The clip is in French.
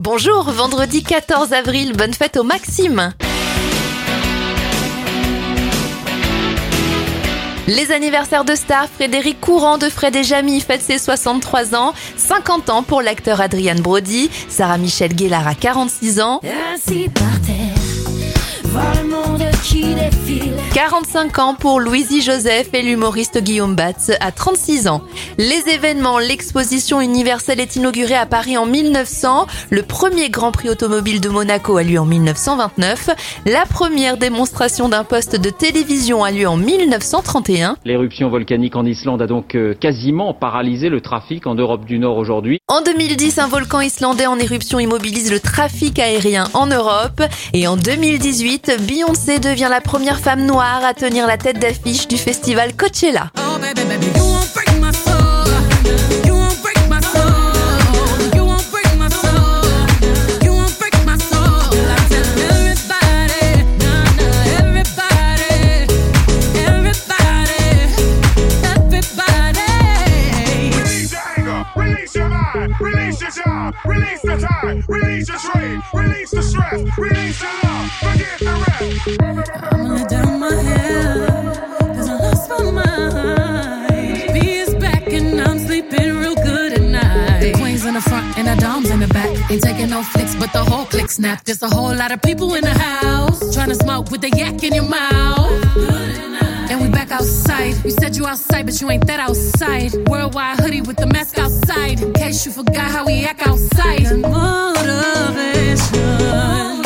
Bonjour, vendredi 14 avril, bonne fête au Maxime. Les anniversaires de stars, Frédéric Courant de Fred et Jamy fête ses 63 ans, 50 ans pour l'acteur Adrien Brody, Sarah Michelle Gellar a 46 ans, Assis par terre, voir le monde qui défile. 45 ans pour Louisie Joseph et l'humoriste Guillaume Batz à 36 ans. Les événements, l'exposition universelle est inaugurée à Paris en 1900, le premier Grand Prix automobile de Monaco a lieu en 1929, la première démonstration d'un poste de télévision a lieu en 1931. L'éruption volcanique en Islande a donc quasiment paralysé le trafic en Europe du Nord aujourd'hui. En 2010, un volcan islandais en éruption immobilise le trafic aérien en Europe. Et en 2018, Beyoncé devient la première femme noire à tenir la tête d'affiche du festival Coachella. Oh baby, baby, you won't break my soul. You won't break my soul. You won't break my soul. You won't break my soul. I tell everybody, nah, everybody, everybody. Release your anger, release your mind, release your job, release the time, release your trade, release the stress, release the love, forget the rest. I'm gonna let down my hair, 'cause I lost my mind. B is back and I'm sleeping real good at night. The queen's in the front and the dom's in the back. Ain't taking no flicks, but the whole click snap. There's a whole lot of people in the house, trying to smoke with the yak in your mouth. And we back outside. You said you outside, but you ain't that outside. Worldwide hoodie with the mask outside, in case you forgot how we act outside. Motivation.